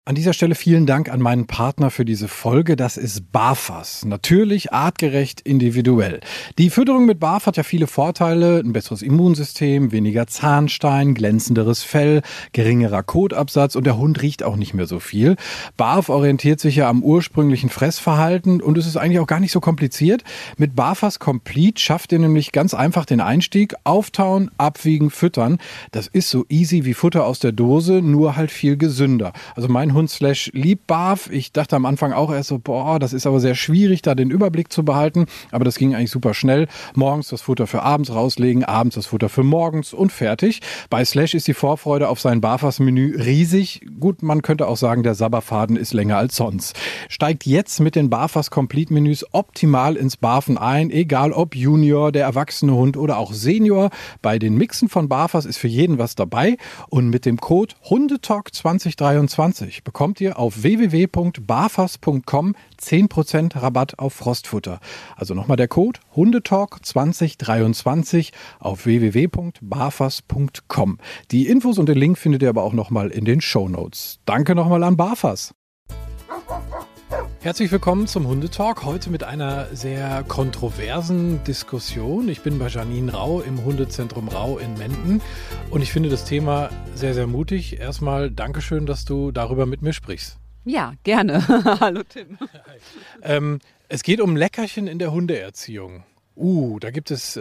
An dieser Stelle vielen Dank an meinen Partner für diese Folge. Das ist BAFAS. Natürlich, artgerecht, individuell. Die Fütterung mit BAF hat ja viele Vorteile. Ein besseres Immunsystem, weniger Zahnstein, glänzenderes Fell, geringerer Kotabsatz und der Hund riecht auch nicht mehr so viel. BAF orientiert sich ja am ursprünglichen Fressverhalten und es ist eigentlich auch gar nicht so kompliziert. Mit BAFAS Complete schafft ihr nämlich ganz einfach den Einstieg. Auftauen, abwiegen, füttern. Das ist so easy wie Futter aus der Dose, nur halt viel gesünder. Also mein Hund Slash liebt BAF. Ich dachte am Anfang auch erst so, das ist aber sehr schwierig, da den Überblick zu behalten. Aber das ging eigentlich super schnell. Morgens das Futter für abends rauslegen, abends das Futter für morgens und fertig. Bei Slash ist die Vorfreude auf sein BAFAS-Menü riesig. Gut, man könnte auch sagen, der Sabberfaden ist länger als sonst. Steigt jetzt mit den BAFAS Complete-Menüs optimal ins Barfen ein, egal ob Junior, der erwachsene Hund oder auch Senior. Bei den Mixen von BAFAS ist für jeden was dabei. Und mit dem Code HUNDETALK2023 bekommt ihr auf www.bafas.com 10% Rabatt auf Frostfutter. Also nochmal der Code HUNDETALK2023 auf www.bafas.com. Die Infos und den Link findet ihr aber auch nochmal in den Shownotes. Danke nochmal an BAFAS. Herzlich willkommen zum Hundetalk. Heute mit einer sehr kontroversen Diskussion. Ich bin bei Janine Rau im Hundezentrum Rau in Menden und ich finde das Thema sehr, sehr mutig. Erstmal Dankeschön, dass du darüber mit mir sprichst. Ja, gerne. Hallo Tim. Es geht um Leckerchen in der Hundeerziehung. Da gibt es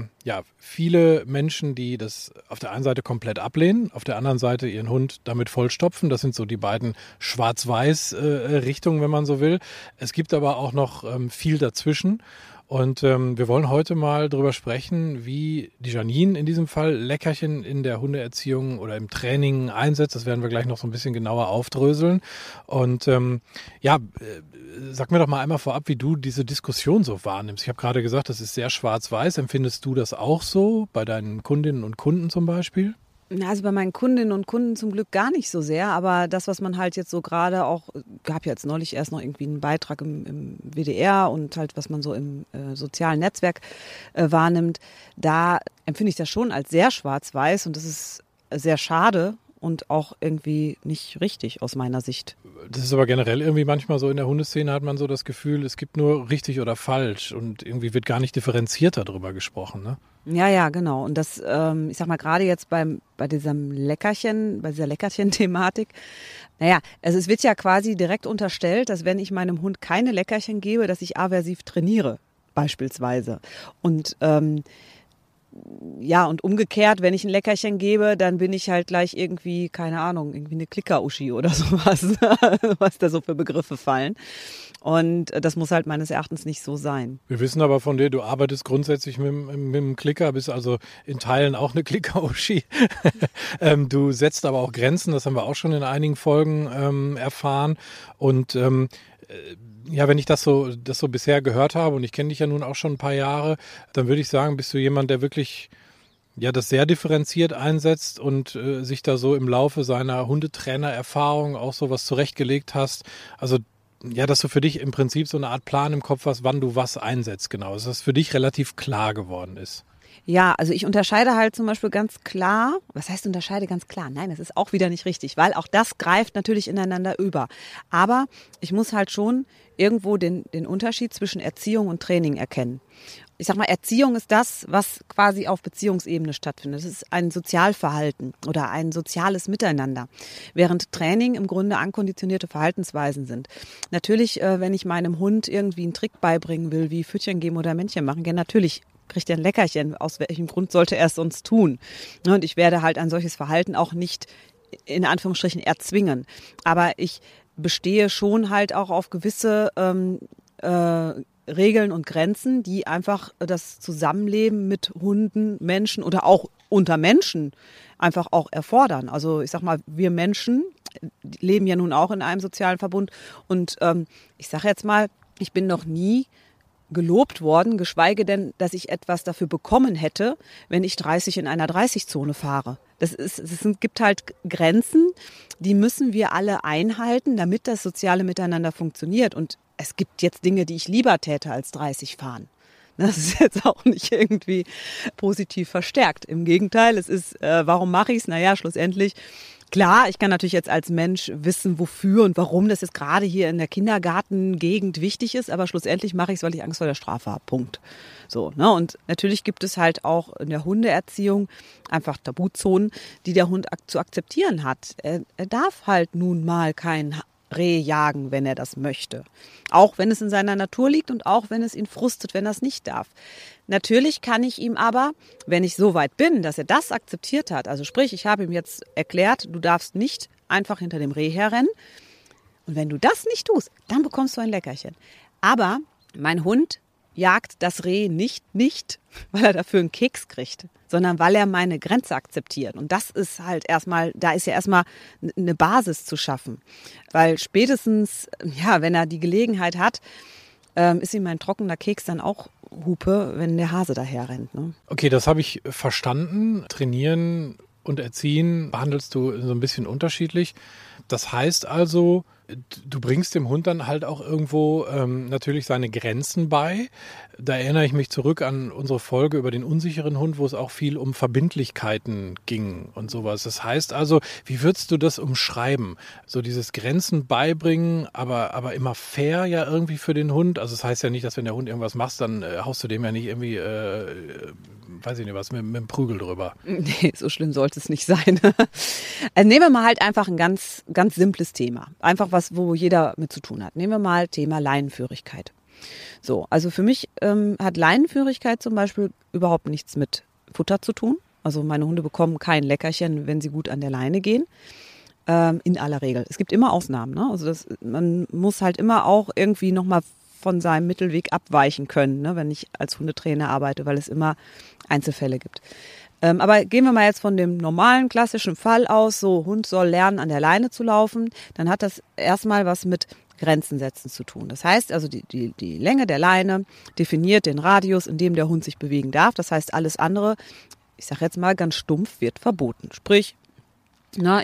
viele Menschen, die das auf der einen Seite komplett ablehnen, auf der anderen Seite ihren Hund damit vollstopfen. Das sind so die beiden Schwarz-Weiß-Richtungen, wenn man so will. Es gibt aber auch noch viel dazwischen. Und wir wollen heute mal drüber sprechen, wie die Janine in diesem Fall Leckerchen in der Hundeerziehung oder im Training einsetzt. Das werden wir gleich noch so ein bisschen genauer aufdröseln. Und sag mir doch mal einmal vorab, wie du diese Diskussion so wahrnimmst. Ich habe gerade gesagt, das ist sehr schwarz-weiß. Empfindest du das auch so bei deinen Kundinnen und Kunden zum Beispiel? Also bei meinen Kundinnen und Kunden zum Glück gar nicht so sehr, aber das, was man halt jetzt so gerade auch, gab ja jetzt neulich erst noch irgendwie einen Beitrag im WDR und halt, was man so im sozialen Netzwerk wahrnimmt, da empfinde ich das schon als sehr schwarz-weiß und das ist sehr schade und auch irgendwie nicht richtig aus meiner Sicht. Das ist aber generell irgendwie manchmal so, in der Hundeszene hat man so das Gefühl, es gibt nur richtig oder falsch und irgendwie wird gar nicht differenzierter darüber gesprochen, ne? Ja, genau. Und das, ich sag mal, gerade jetzt bei dieser Leckerchen-Thematik, also es wird ja quasi direkt unterstellt, dass wenn ich meinem Hund keine Leckerchen gebe, dass ich aversiv trainiere, beispielsweise. Und und umgekehrt, wenn ich ein Leckerchen gebe, dann bin ich halt gleich irgendwie, keine Ahnung, irgendwie eine Klicker-Uschi oder sowas, was da so für Begriffe fallen. Und das muss halt meines Erachtens nicht so sein. Wir wissen aber von dir, du arbeitest grundsätzlich mit dem Klicker, bist also in Teilen auch eine Klicker-Uschi. Du setzt aber auch Grenzen, das haben wir auch schon in einigen Folgen erfahren. Und wenn ich das so bisher gehört habe, und ich kenne dich ja nun auch schon ein paar Jahre, dann würde ich sagen, bist du jemand, der wirklich das sehr differenziert einsetzt und sich da so im Laufe seiner Hundetrainererfahrung auch so was zurechtgelegt hast. Also dass du für dich im Prinzip so eine Art Plan im Kopf hast, wann du was einsetzt, genau. Dass das für dich relativ klar geworden ist. Ja, also ich unterscheide halt zum Beispiel ganz klar, was heißt unterscheide ganz klar? Nein, das ist auch wieder nicht richtig, weil auch das greift natürlich ineinander über. Aber ich muss halt schon irgendwo den Unterschied zwischen Erziehung und Training erkennen. Ich sag mal, Erziehung ist das, was quasi auf Beziehungsebene stattfindet. Das ist ein Sozialverhalten oder ein soziales Miteinander. Während Training im Grunde ankonditionierte Verhaltensweisen sind. Natürlich, wenn ich meinem Hund irgendwie einen Trick beibringen will, wie Pfötchen geben oder Männchen machen, natürlich kriegt er ein Leckerchen. Aus welchem Grund sollte er es sonst tun? Und ich werde halt ein solches Verhalten auch nicht in Anführungsstrichen erzwingen. Aber ich bestehe schon halt auch auf gewisse Regeln und Grenzen, die einfach das Zusammenleben mit Hunden, Menschen oder auch unter Menschen einfach auch erfordern. Also ich sag mal, wir Menschen leben ja nun auch in einem sozialen Verbund und ich sage jetzt mal, ich bin noch nie gelobt worden, geschweige denn, dass ich etwas dafür bekommen hätte, wenn ich 30 in einer 30-Zone fahre. Gibt halt Grenzen, die müssen wir alle einhalten, damit das soziale Miteinander funktioniert. Und es gibt jetzt Dinge, die ich lieber täte als 30 fahren. Das ist jetzt auch nicht irgendwie positiv verstärkt. Im Gegenteil, es ist, warum mache ich es? Schlussendlich Klar, ich kann natürlich jetzt als Mensch wissen, wofür und warum das jetzt gerade hier in der Kindergartengegend wichtig ist, aber schlussendlich mache ich es, weil ich Angst vor der Strafe habe. Punkt. So, ne? Und natürlich gibt es halt auch in der Hundeerziehung einfach Tabuzonen, die der Hund zu akzeptieren hat. Er darf halt nun mal kein Reh jagen, wenn er das möchte. Auch wenn es in seiner Natur liegt und auch wenn es ihn frustet, wenn er es nicht darf. Natürlich kann ich ihm aber, wenn ich so weit bin, dass er das akzeptiert hat, also sprich, ich habe ihm jetzt erklärt, du darfst nicht einfach hinter dem Reh herrennen. Und wenn du das nicht tust, dann bekommst du ein Leckerchen. Aber mein Hund jagt das Reh nicht, weil er dafür einen Keks kriegt, sondern weil er meine Grenze akzeptiert. Und das ist halt erstmal, da ist ja erstmal eine Basis zu schaffen. Weil spätestens, ja, wenn er die Gelegenheit hat, ist ihm ein trockener Keks dann auch Hupe, wenn der Hase daher rennt. Ne? Okay, das habe ich verstanden. Trainieren und Erziehen behandelst du so ein bisschen unterschiedlich. Das heißt also, du bringst dem Hund dann halt auch irgendwo natürlich seine Grenzen bei. Da erinnere ich mich zurück an unsere Folge über den unsicheren Hund, wo es auch viel um Verbindlichkeiten ging und sowas. Das heißt also, wie würdest du das umschreiben? So dieses Grenzen beibringen, aber immer fair ja irgendwie für den Hund. Also das heißt ja nicht, dass wenn der Hund irgendwas macht, dann haust du dem ja nicht irgendwie, weiß ich nicht was, mit dem Prügel drüber. Nee, so schlimm sollte es nicht sein. Also nehmen wir mal halt einfach ein ganz, ganz simples Thema. Einfach was, wo jeder mit zu tun hat. Nehmen wir mal Thema Leinenführigkeit. So, also für mich hat Leinenführigkeit zum Beispiel überhaupt nichts mit Futter zu tun. Also meine Hunde bekommen kein Leckerchen, wenn sie gut an der Leine gehen. In aller Regel. Es gibt immer Ausnahmen. Ne? Also man muss halt immer auch irgendwie nochmal von seinem Mittelweg abweichen können, ne? Wenn ich als Hundetrainer arbeite, weil es immer Einzelfälle gibt. Aber gehen wir mal jetzt von dem normalen, klassischen Fall aus, so Hund soll lernen, an der Leine zu laufen, dann hat das erstmal was mit Grenzen setzen zu tun. Das heißt also, die Länge der Leine definiert den Radius, in dem der Hund sich bewegen darf. Das heißt, alles andere, ich sage jetzt mal ganz stumpf, wird verboten. Sprich, da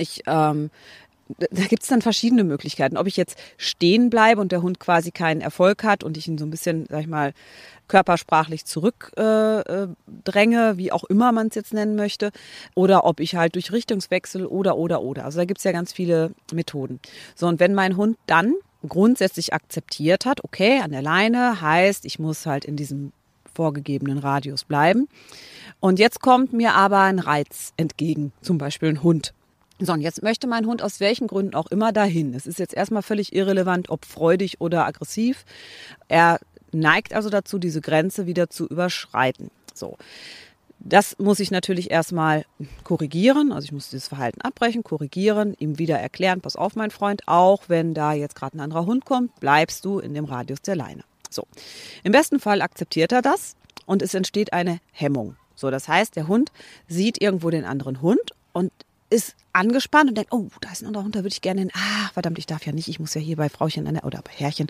gibt es dann verschiedene Möglichkeiten. Ob ich jetzt stehen bleibe und der Hund quasi keinen Erfolg hat und ich ihn so ein bisschen, sag ich mal, körpersprachlich zurückdränge, wie auch immer man es jetzt nennen möchte, oder ob ich halt durch Richtungswechsel oder. Also da gibt es ja ganz viele Methoden. So, und wenn mein Hund dann grundsätzlich akzeptiert hat, okay, an der Leine heißt, ich muss halt in diesem vorgegebenen Radius bleiben. Und jetzt kommt mir aber ein Reiz entgegen, zum Beispiel ein Hund. So, und jetzt möchte mein Hund aus welchen Gründen auch immer dahin. Es ist jetzt erstmal völlig irrelevant, ob freudig oder aggressiv. Er neigt also dazu, diese Grenze wieder zu überschreiten. So, das muss ich natürlich erstmal korrigieren. Also ich muss dieses Verhalten abbrechen, korrigieren, ihm wieder erklären, pass auf, mein Freund, auch wenn da jetzt gerade ein anderer Hund kommt, bleibst du in dem Radius der Leine. So, im besten Fall akzeptiert er das und es entsteht eine Hemmung. So, das heißt, der Hund sieht irgendwo den anderen Hund und ist angespannt und denkt, oh, da ist ein anderer Hund, da würde ich gerne hin. Verdammt, ich darf ja nicht, ich muss ja hier bei Frauchen oder bei Herrchen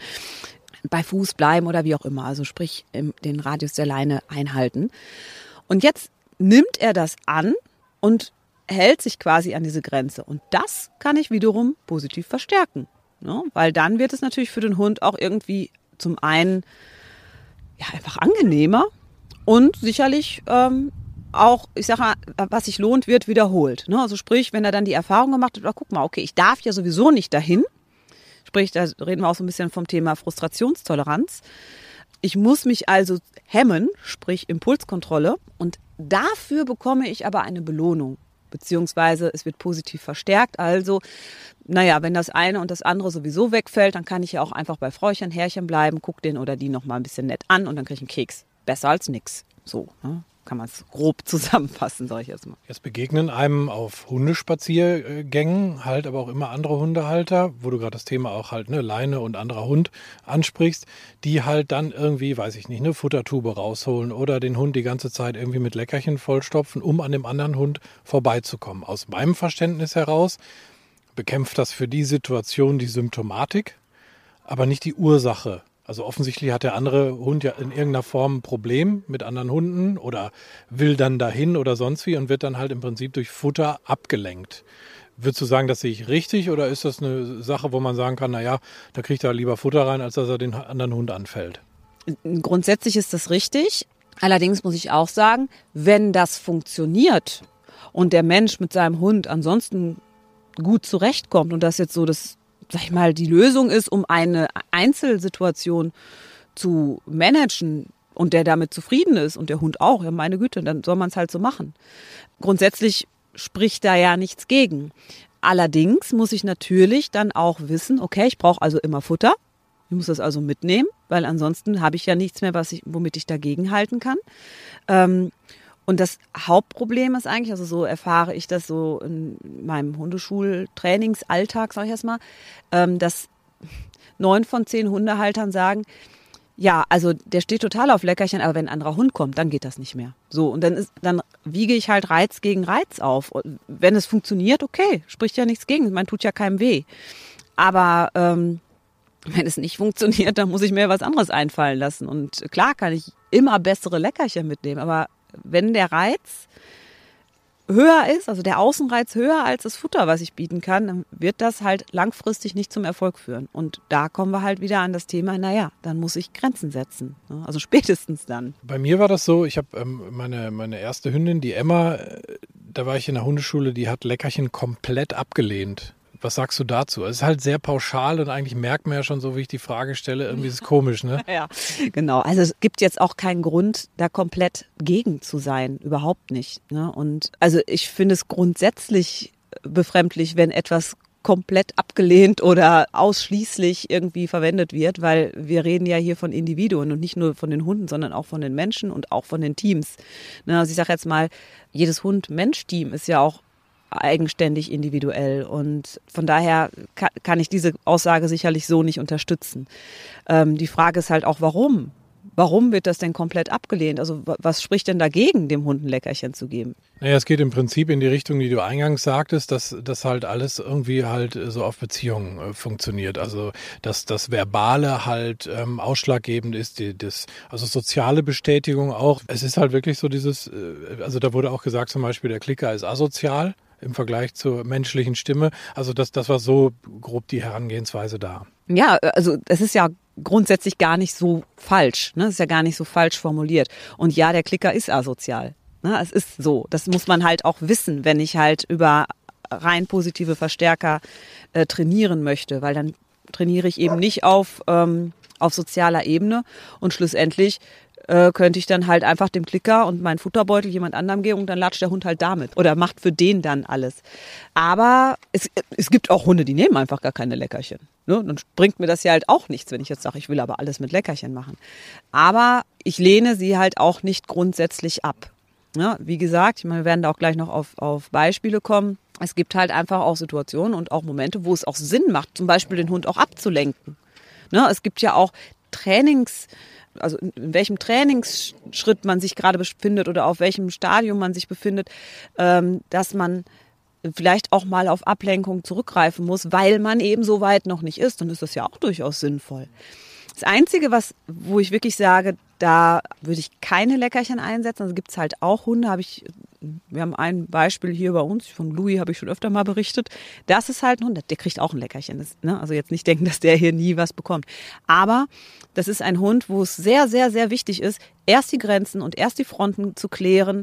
bei Fuß bleiben oder wie auch immer. Also sprich, den Radius der Leine einhalten. Und jetzt nimmt er das an und hält sich quasi an diese Grenze. Und das kann ich wiederum positiv verstärken. Ne? Weil dann wird es natürlich für den Hund auch irgendwie zum einen ja, einfach angenehmer und sicherlich auch, ich sage mal, was sich lohnt, wird wiederholt. Ne? Also sprich, wenn er dann die Erfahrung gemacht hat, guck mal, okay, ich darf ja sowieso nicht dahin. Sprich, da reden wir auch so ein bisschen vom Thema Frustrationstoleranz. Ich muss mich also hemmen, sprich Impulskontrolle. Und dafür bekomme ich aber eine Belohnung. Beziehungsweise es wird positiv verstärkt. Also, naja, wenn das eine und das andere sowieso wegfällt, dann kann ich ja auch einfach bei Frauchen, Herrchen bleiben, guck den oder die nochmal ein bisschen nett an und dann kriege ich einen Keks. Besser als nix. So, ne? Kann man es grob zusammenfassen, sage ich jetzt mal. Jetzt begegnen einem auf Hundespaziergängen halt aber auch immer andere Hundehalter, wo du gerade das Thema auch halt, ne, Leine und anderer Hund ansprichst, die halt dann irgendwie, weiß ich nicht, eine Futtertube rausholen oder den Hund die ganze Zeit irgendwie mit Leckerchen vollstopfen, um an dem anderen Hund vorbeizukommen. Aus meinem Verständnis heraus bekämpft das für die Situation die Symptomatik, aber nicht die Ursache. Also offensichtlich hat der andere Hund ja in irgendeiner Form ein Problem mit anderen Hunden oder will dann dahin oder sonst wie und wird dann halt im Prinzip durch Futter abgelenkt. Würdest du sagen, das sehe ich richtig oder ist das eine Sache, wo man sagen kann, naja, da kriegt er lieber Futter rein, als dass er den anderen Hund anfällt? Grundsätzlich ist das richtig. Allerdings muss ich auch sagen, wenn das funktioniert und der Mensch mit seinem Hund ansonsten gut zurechtkommt und das jetzt so das, sag ich mal, die Lösung ist, um eine Einzelsituation zu managen und der damit zufrieden ist und der Hund auch, ja meine Güte, dann soll man es halt so machen. Grundsätzlich spricht da ja nichts gegen. Allerdings muss ich natürlich dann auch wissen, okay, ich brauche also immer Futter. Ich muss das also mitnehmen, weil ansonsten habe ich ja nichts mehr, womit ich dagegen halten kann. Und das Hauptproblem ist eigentlich, also so erfahre ich das so in meinem Hundeschultrainingsalltag, sage ich jetzt mal, dass 9 von 10 Hundehaltern sagen, ja, also der steht total auf Leckerchen, aber wenn ein anderer Hund kommt, dann geht das nicht mehr. So, und dann wiege ich halt Reiz gegen Reiz auf. Und wenn es funktioniert, okay, spricht ja nichts gegen, man tut ja keinem weh. Aber wenn es nicht funktioniert, dann muss ich mir was anderes einfallen lassen. Und klar kann ich immer bessere Leckerchen mitnehmen, aber wenn der Reiz höher ist, also der Außenreiz höher als das Futter, was ich bieten kann, dann wird das halt langfristig nicht zum Erfolg führen. Und da kommen wir halt wieder an das Thema, naja, dann muss ich Grenzen setzen. Also spätestens dann. Bei mir war das so, ich habe meine erste Hündin, die Emma, da war ich in der Hundeschule, die hat Leckerchen komplett abgelehnt. Was sagst du dazu? Es ist halt sehr pauschal und eigentlich merkt man ja schon so, wie ich die Frage stelle, irgendwie ist es komisch, ne? Ja, genau. Also es gibt jetzt auch keinen Grund, da komplett gegen zu sein. Überhaupt nicht. Ne? Und also ich finde es grundsätzlich befremdlich, wenn etwas komplett abgelehnt oder ausschließlich irgendwie verwendet wird, weil wir reden ja hier von Individuen und nicht nur von den Hunden, sondern auch von den Menschen und auch von den Teams. Ne? Also ich sage jetzt mal, jedes Hund-Mensch-Team ist ja auch eigenständig individuell und von daher kann ich diese Aussage sicherlich so nicht unterstützen. Die Frage ist halt auch, warum? Warum wird das denn komplett abgelehnt? Also was spricht denn dagegen, dem Hund ein Leckerchen zu geben? Naja, es geht im Prinzip in die Richtung, die du eingangs sagtest, dass das halt alles irgendwie halt so auf Beziehungen funktioniert. Also dass das Verbale halt ausschlaggebend ist, also soziale Bestätigung auch. Es ist halt wirklich so dieses, also da wurde auch gesagt zum Beispiel, der Klicker ist asozial im Vergleich zur menschlichen Stimme. Also das war so grob die Herangehensweise da. Ja, also es ist ja grundsätzlich gar nicht so falsch. Ne? Es ist ja gar nicht so falsch formuliert. Und ja, der Klicker ist asozial. Ne? Es ist so. Das muss man halt auch wissen, wenn ich halt über rein positive Verstärker trainieren möchte. Weil dann trainiere ich eben nicht auf sozialer Ebene. Und schlussendlich könnte ich dann halt einfach dem Klicker und meinen Futterbeutel jemand anderem geben und dann latscht der Hund halt damit oder macht für den dann alles. Aber es gibt auch Hunde, die nehmen einfach gar keine Leckerchen. Ne? Dann bringt mir das ja halt auch nichts, wenn ich jetzt sage, ich will aber alles mit Leckerchen machen. Aber ich lehne sie halt auch nicht grundsätzlich ab. Ja, wie gesagt, ich meine, wir werden da auch gleich noch auf Beispiele kommen. Es gibt halt einfach auch Situationen und auch Momente, wo es auch Sinn macht, zum Beispiel den Hund auch abzulenken. Ne? Es gibt ja auch also in welchem Trainingsschritt man sich gerade befindet oder auf welchem Stadium man sich befindet, dass man vielleicht auch mal auf Ablenkung zurückgreifen muss, weil man eben so weit noch nicht ist. Dann ist das ja auch durchaus sinnvoll. Das Einzige, wo ich wirklich sage, da würde ich keine Leckerchen einsetzen. Also gibt es halt auch Hunde, wir haben ein Beispiel hier bei uns, von Louis habe ich schon öfter mal berichtet. Das ist halt ein Hund, der kriegt auch ein Leckerchen. Also jetzt nicht denken, dass der hier nie was bekommt. Aber das ist ein Hund, wo es sehr, sehr, sehr wichtig ist, erst die Grenzen und erst die Fronten zu klären,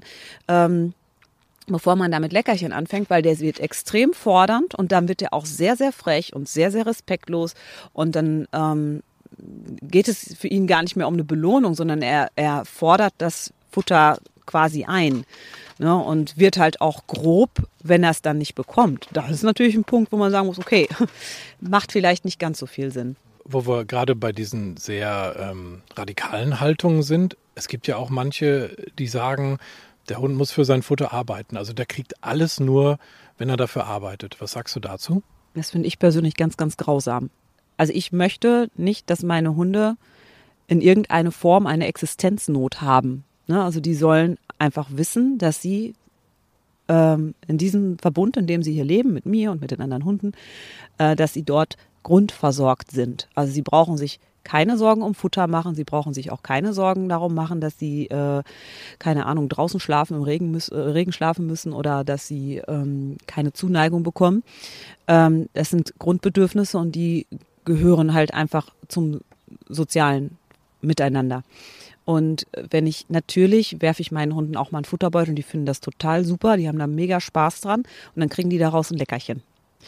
bevor man da mit Leckerchen anfängt, weil der wird extrem fordernd und dann wird er auch sehr, sehr frech und sehr, sehr respektlos und dann geht es für ihn gar nicht mehr um eine Belohnung, sondern er fordert das Futter quasi ein, ne, und wird halt auch grob, wenn er es dann nicht bekommt. Das ist natürlich ein Punkt, wo man sagen muss, okay, macht vielleicht nicht ganz so viel Sinn. Wo wir gerade bei diesen sehr radikalen Haltungen sind, es gibt ja auch manche, die sagen, der Hund muss für sein Futter arbeiten. Also der kriegt alles nur, wenn er dafür arbeitet. Was sagst du dazu? Das finde ich persönlich ganz, ganz grausam. Also ich möchte nicht, dass meine Hunde in irgendeine Form eine Existenznot haben. Ne? Also die sollen einfach wissen, dass sie in diesem Verbund, in dem sie hier leben, mit mir und mit den anderen Hunden, dass sie dort grundversorgt sind. Also sie brauchen sich keine Sorgen um Futter machen, sie brauchen sich auch keine Sorgen darum machen, dass sie, keine Ahnung, draußen schlafen, im Regen schlafen müssen oder dass sie keine Zuneigung bekommen. Das sind Grundbedürfnisse und die gehören halt einfach zum sozialen Miteinander. Und natürlich werfe ich meinen Hunden auch mal einen Futterbeutel und die finden das total super, die haben da mega Spaß dran und dann kriegen die daraus ein Leckerchen.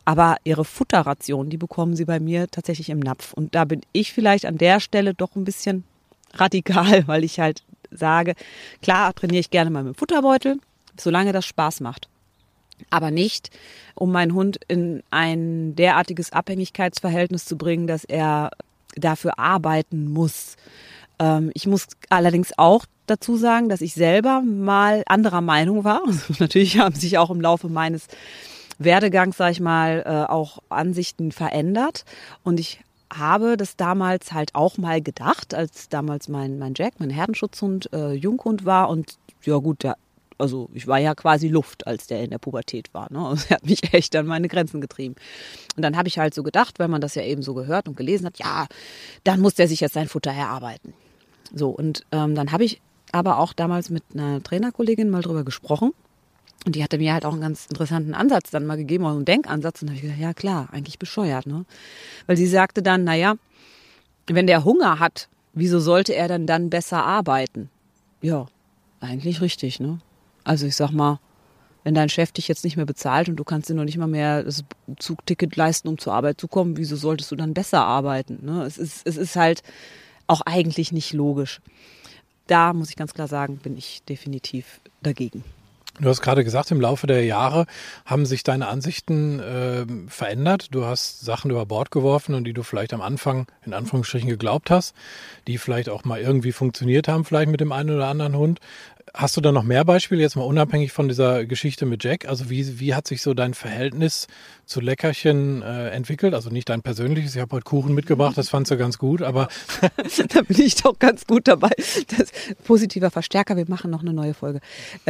Aber ihre Futterration, die bekommen sie bei mir tatsächlich im Napf. Und da bin ich vielleicht an der Stelle doch ein bisschen radikal, weil ich halt sage, klar trainiere ich gerne mal mit dem Futterbeutel, solange das Spaß macht. Aber nicht, um meinen Hund in ein derartiges Abhängigkeitsverhältnis zu bringen, dass er dafür arbeiten muss. Ich muss allerdings auch dazu sagen, dass ich selber mal anderer Meinung war. Also natürlich haben sich auch im Laufe meines Werdegangs, sag ich mal, auch Ansichten verändert. Und ich habe das damals halt auch mal gedacht, als damals mein Jack, mein Herdenschutzhund, Junghund war. Und ja gut, also ich war ja quasi Luft, als der in der Pubertät war. Ne? Also er hat mich echt an meine Grenzen getrieben. Und dann habe ich halt so gedacht, wenn man das ja eben so gehört und gelesen hat, ja, dann muss der sich jetzt sein Futter erarbeiten. So, und dann habe ich aber auch damals mit einer Trainerkollegin mal drüber gesprochen. Und die hatte mir halt auch einen ganz interessanten Ansatz dann mal gegeben, auch einen Denkansatz. Und da habe ich gedacht, ja klar, eigentlich bescheuert. Ne? Weil sie sagte dann, naja, wenn der Hunger hat, wieso sollte er dann besser arbeiten? Ja, eigentlich richtig, ne? Also ich sag mal, wenn dein Chef dich jetzt nicht mehr bezahlt und du kannst dir noch nicht mal mehr das Zugticket leisten, um zur Arbeit zu kommen, wieso solltest du dann besser arbeiten? Ne? Es ist halt auch eigentlich nicht logisch. Da muss ich ganz klar sagen, bin ich definitiv dagegen. Du hast gerade gesagt, im Laufe der Jahre haben sich deine Ansichten verändert. Du hast Sachen über Bord geworfen und die du vielleicht am Anfang in Anführungsstrichen geglaubt hast, die vielleicht auch mal irgendwie funktioniert haben, vielleicht mit dem einen oder anderen Hund. Hast du da noch mehr Beispiele, jetzt mal unabhängig von dieser Geschichte mit Jack? Also wie hat sich so dein Verhältnis zu Leckerchen entwickelt? Also nicht dein persönliches, ich habe heute Kuchen mitgebracht, das fandst du ganz gut, aber... Da bin ich doch ganz gut dabei. Das positiver Verstärker, wir machen noch eine neue Folge.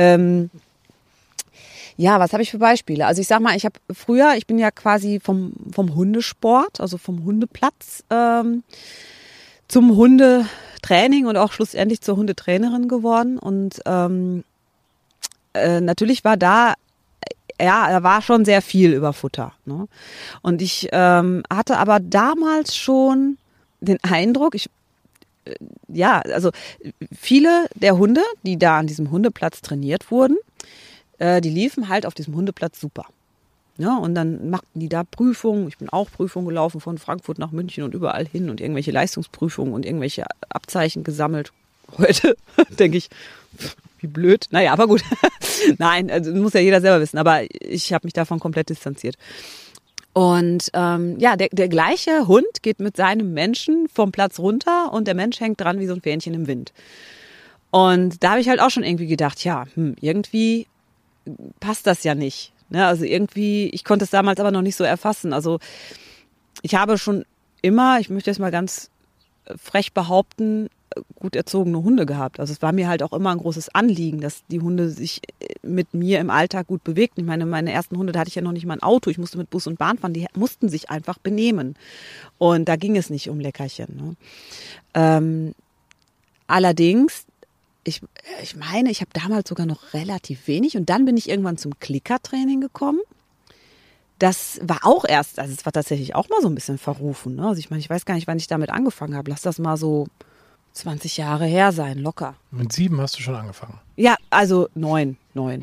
Ja, was habe ich für Beispiele? Also ich sag mal, ich bin ja quasi vom Hundesport, also vom Hundeplatz zum Hundetraining und auch schlussendlich zur Hundetrainerin geworden. Und natürlich war da war schon sehr viel über Futter. Ne? Und ich hatte aber damals schon den Eindruck, also viele der Hunde, die da an diesem Hundeplatz trainiert wurden, die liefen halt auf diesem Hundeplatz super. Ja, und dann machten die da Prüfungen. Ich bin auch Prüfungen gelaufen von Frankfurt nach München und überall hin und irgendwelche Leistungsprüfungen und irgendwelche Abzeichen gesammelt. Heute denke ich, wie blöd. Naja, aber gut. Nein, also muss ja jeder selber wissen. Aber ich habe mich davon komplett distanziert. Und der gleiche Hund geht mit seinem Menschen vom Platz runter und der Mensch hängt dran wie so ein Fähnchen im Wind. Und da habe ich halt auch schon irgendwie gedacht, irgendwie passt das ja nicht. Ne? Also irgendwie, ich konnte es damals aber noch nicht so erfassen. Also ich habe schon immer, ich möchte jetzt mal ganz frech behaupten, gut erzogene Hunde gehabt. Also es war mir halt auch immer ein großes Anliegen, dass die Hunde sich mit mir im Alltag gut bewegten. Ich meine ersten Hunde, da hatte ich ja noch nicht mal ein Auto. Ich musste mit Bus und Bahn fahren. Die mussten sich einfach benehmen. Und da ging es nicht um Leckerchen. Ne? Allerdings, ich meine, ich habe damals sogar noch relativ wenig und dann bin ich irgendwann zum Klickertraining gekommen. Das war auch erst, also es war tatsächlich auch mal so ein bisschen verrufen. Ne? Also ich meine, ich weiß gar nicht, wann ich damit angefangen habe. Lass das mal so 20 Jahre her sein, locker. Mit 7 hast du schon angefangen? Ja, also 9.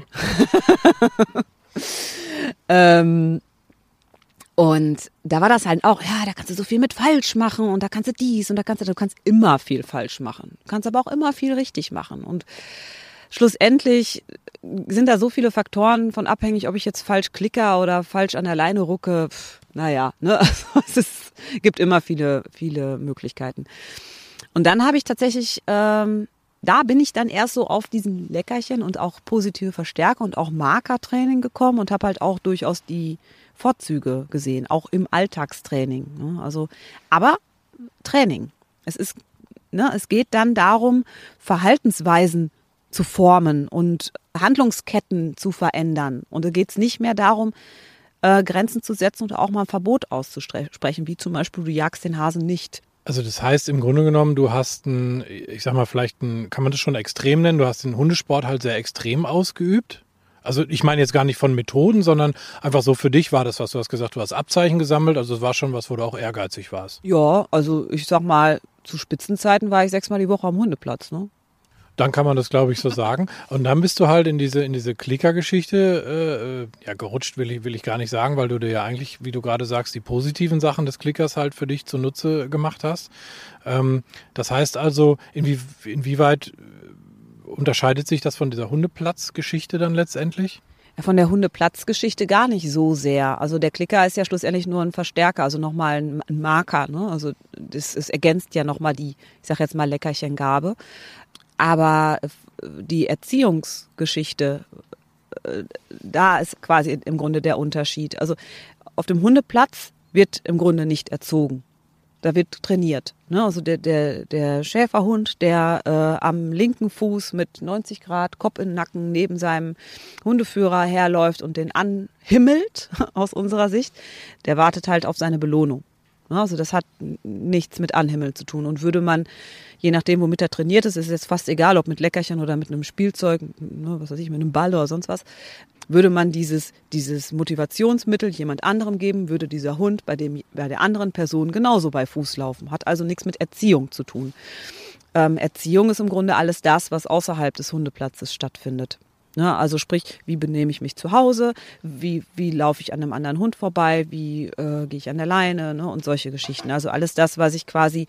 Und da war das halt auch, da kannst du so viel mit falsch machen und da kannst du dies und du kannst immer viel falsch machen. Du kannst aber auch immer viel richtig machen. Und schlussendlich sind da so viele Faktoren von abhängig, ob ich jetzt falsch klicke oder falsch an der Leine rucke. Also es gibt immer viele, viele Möglichkeiten. Und dann habe ich tatsächlich, da bin ich dann erst so auf diesen Leckerchen und auch positive Verstärker und auch Markertraining gekommen und habe halt auch durchaus die Vorzüge gesehen, auch im Alltagstraining. Ne? Also, aber Training. Es geht dann darum, Verhaltensweisen zu formen und Handlungsketten zu verändern. Und da geht es nicht mehr darum, Grenzen zu setzen und auch mal ein Verbot auszusprechen, wie zum Beispiel, du jagst den Hasen nicht. Also das heißt im Grunde genommen, du hast kann man das schon extrem nennen, du hast den Hundesport halt sehr extrem ausgeübt? Also ich meine jetzt gar nicht von Methoden, sondern einfach so für dich war das was. Du hast gesagt, du hast Abzeichen gesammelt, also es war schon was, wo du auch ehrgeizig warst. Ja, also ich sag mal, zu Spitzenzeiten war ich 6-mal die Woche am Hundeplatz, ne? Dann kann man das, glaube ich, so sagen. Und dann bist du halt in diese Klicker-Geschichte gerutscht, will ich gar nicht sagen, weil du dir ja eigentlich, wie du gerade sagst, die positiven Sachen des Klickers halt für dich zunutze gemacht hast. Das heißt also, inwieweit unterscheidet sich das von dieser Hundeplatz-Geschichte dann letztendlich? Von der Hundeplatzgeschichte gar nicht so sehr. Also der Klicker ist ja schlussendlich nur ein Verstärker, also nochmal ein Marker. Ne? Also es ergänzt ja nochmal die, ich sage jetzt mal Leckerchengabe. Aber die Erziehungsgeschichte, da ist quasi im Grunde der Unterschied. Also auf dem Hundeplatz wird im Grunde nicht erzogen. Da wird trainiert. Ne? Also der Schäferhund, der am linken Fuß mit 90 Grad Kopf in den Nacken neben seinem Hundeführer herläuft und den anhimmelt, aus unserer Sicht, der wartet halt auf seine Belohnung. Ne? Also das hat nichts mit Anhimmeln zu tun. Und würde man, je nachdem, womit er trainiert ist, ist es jetzt fast egal, ob mit Leckerchen oder mit einem Spielzeug, ne, was weiß ich, mit einem Ball oder sonst was, würde man dieses Motivationsmittel jemand anderem geben, würde dieser Hund bei der anderen Person genauso bei Fuß laufen. Hat also nichts mit Erziehung zu tun. Erziehung ist im Grunde alles das, was außerhalb des Hundeplatzes stattfindet. Ne, also sprich, wie benehme ich mich zu Hause, wie laufe ich an einem anderen Hund vorbei, wie gehe ich an der Leine, ne, und solche Geschichten. Also alles das, was ich quasi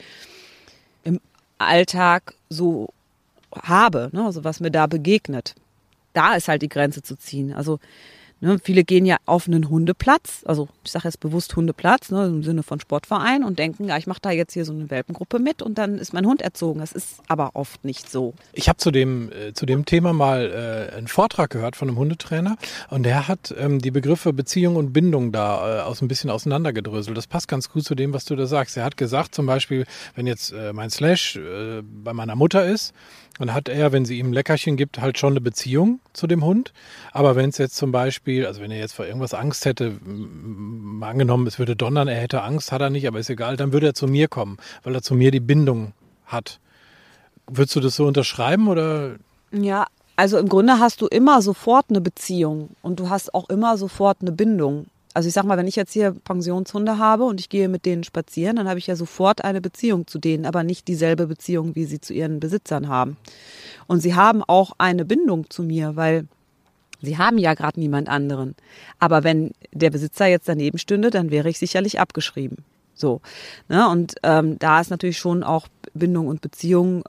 im Alltag so habe, ne, also was mir da begegnet. Da ist halt die Grenze zu ziehen. Also ne, viele gehen ja auf einen Hundeplatz, also ich sage jetzt bewusst Hundeplatz, ne, im Sinne von Sportverein und denken, ja, ich mache da jetzt hier so eine Welpengruppe mit und dann ist mein Hund erzogen. Das ist aber oft nicht so. Ich habe zu dem Thema mal einen Vortrag gehört von einem Hundetrainer und der hat die Begriffe Beziehung und Bindung da ein bisschen auseinandergedröselt. Das passt ganz gut zu dem, was du da sagst. Er hat gesagt zum Beispiel, wenn jetzt mein Slash bei meiner Mutter ist, dann hat er, wenn sie ihm ein Leckerchen gibt, halt schon eine Beziehung zu dem Hund. Aber wenn es jetzt zum Beispiel, also wenn er jetzt vor irgendwas Angst hätte, mal angenommen, es würde donnern, er hätte Angst, hat er nicht, aber ist egal, dann würde er zu mir kommen, weil er zu mir die Bindung hat. Würdest du das so unterschreiben oder? Ja, also im Grunde hast du immer sofort eine Beziehung und du hast auch immer sofort eine Bindung. Also ich sag mal, wenn ich jetzt hier Pensionshunde habe und ich gehe mit denen spazieren, dann habe ich ja sofort eine Beziehung zu denen, aber nicht dieselbe Beziehung, wie sie zu ihren Besitzern haben. Und sie haben auch eine Bindung zu mir, weil sie haben ja gerade niemand anderen. Aber wenn der Besitzer jetzt daneben stünde, dann wäre ich sicherlich abgeschrieben. So, ne? Und da ist natürlich schon auch Bindung und Beziehung,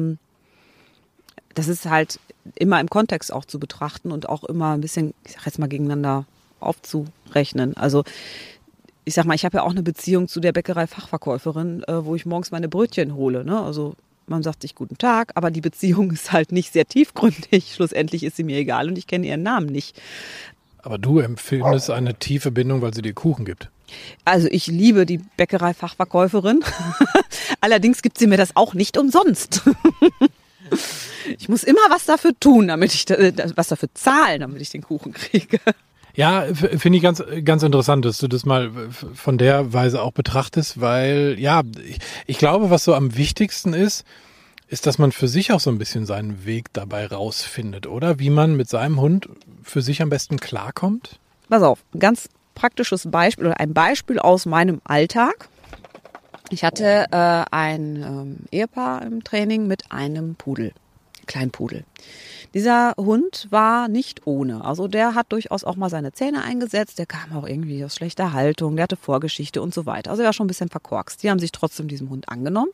das ist halt immer im Kontext auch zu betrachten und auch immer ein bisschen, ich sag jetzt mal, gegeneinander aufzurechnen. Also ich sag mal, ich habe ja auch eine Beziehung zu der Bäckerei-Fachverkäuferin, wo ich morgens meine Brötchen hole. Ne? Also man sagt sich guten Tag, aber die Beziehung ist halt nicht sehr tiefgründig. Schlussendlich ist sie mir egal und ich kenne ihren Namen nicht. Aber du empfindest eine tiefe Bindung, weil sie dir Kuchen gibt. Also ich liebe die Bäckerei-Fachverkäuferin. Allerdings gibt sie mir das auch nicht umsonst. Ich muss immer was dafür tun, was dafür zahlen, damit ich den Kuchen kriege. Ja, finde ich ganz, ganz interessant, dass du das mal von der Weise auch betrachtest, weil, ja, ich glaube, was so am wichtigsten ist, dass man für sich auch so ein bisschen seinen Weg dabei rausfindet, oder? Wie man mit seinem Hund für sich am besten klarkommt? Pass auf, ein ganz praktisches Beispiel oder ein Beispiel aus meinem Alltag. Ich hatte ein Ehepaar im Training mit einem Pudel, Kleinpudel. Dieser Hund war nicht ohne. Also der hat durchaus auch mal seine Zähne eingesetzt. Der kam auch irgendwie aus schlechter Haltung. Der hatte Vorgeschichte und so weiter. Also er war schon ein bisschen verkorkst. Die haben sich trotzdem diesem Hund angenommen.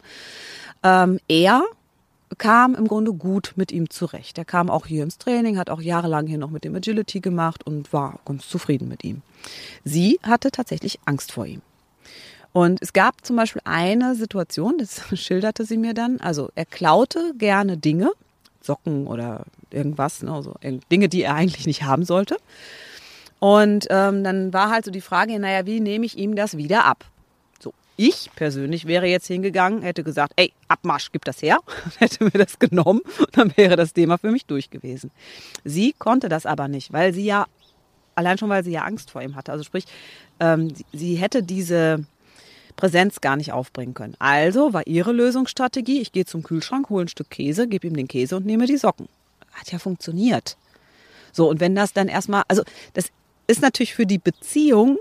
Er kam im Grunde gut mit ihm zurecht. Er kam auch hier ins Training, hat auch jahrelang hier noch mit dem Agility gemacht und war ganz zufrieden mit ihm. Sie hatte tatsächlich Angst vor ihm. Und es gab zum Beispiel eine Situation, das schilderte sie mir dann. Also er klaute gerne Dinge, Socken oder irgendwas, ne, also Dinge, die er eigentlich nicht haben sollte. Und dann war halt so die Frage, naja, wie nehme ich ihm das wieder ab? So, ich persönlich wäre jetzt hingegangen, hätte gesagt, ey, Abmarsch, gib das her. Hätte mir das genommen und dann wäre das Thema für mich durch gewesen. Sie konnte das aber nicht, weil sie ja, allein schon, weil sie ja Angst vor ihm hatte. Also sprich, sie hätte diese Präsenz gar nicht aufbringen können. Also war ihre Lösungsstrategie, ich gehe zum Kühlschrank, hole ein Stück Käse, gebe ihm den Käse und nehme die Socken. Hat ja funktioniert. So, und wenn das dann erstmal, also das ist natürlich für die Beziehung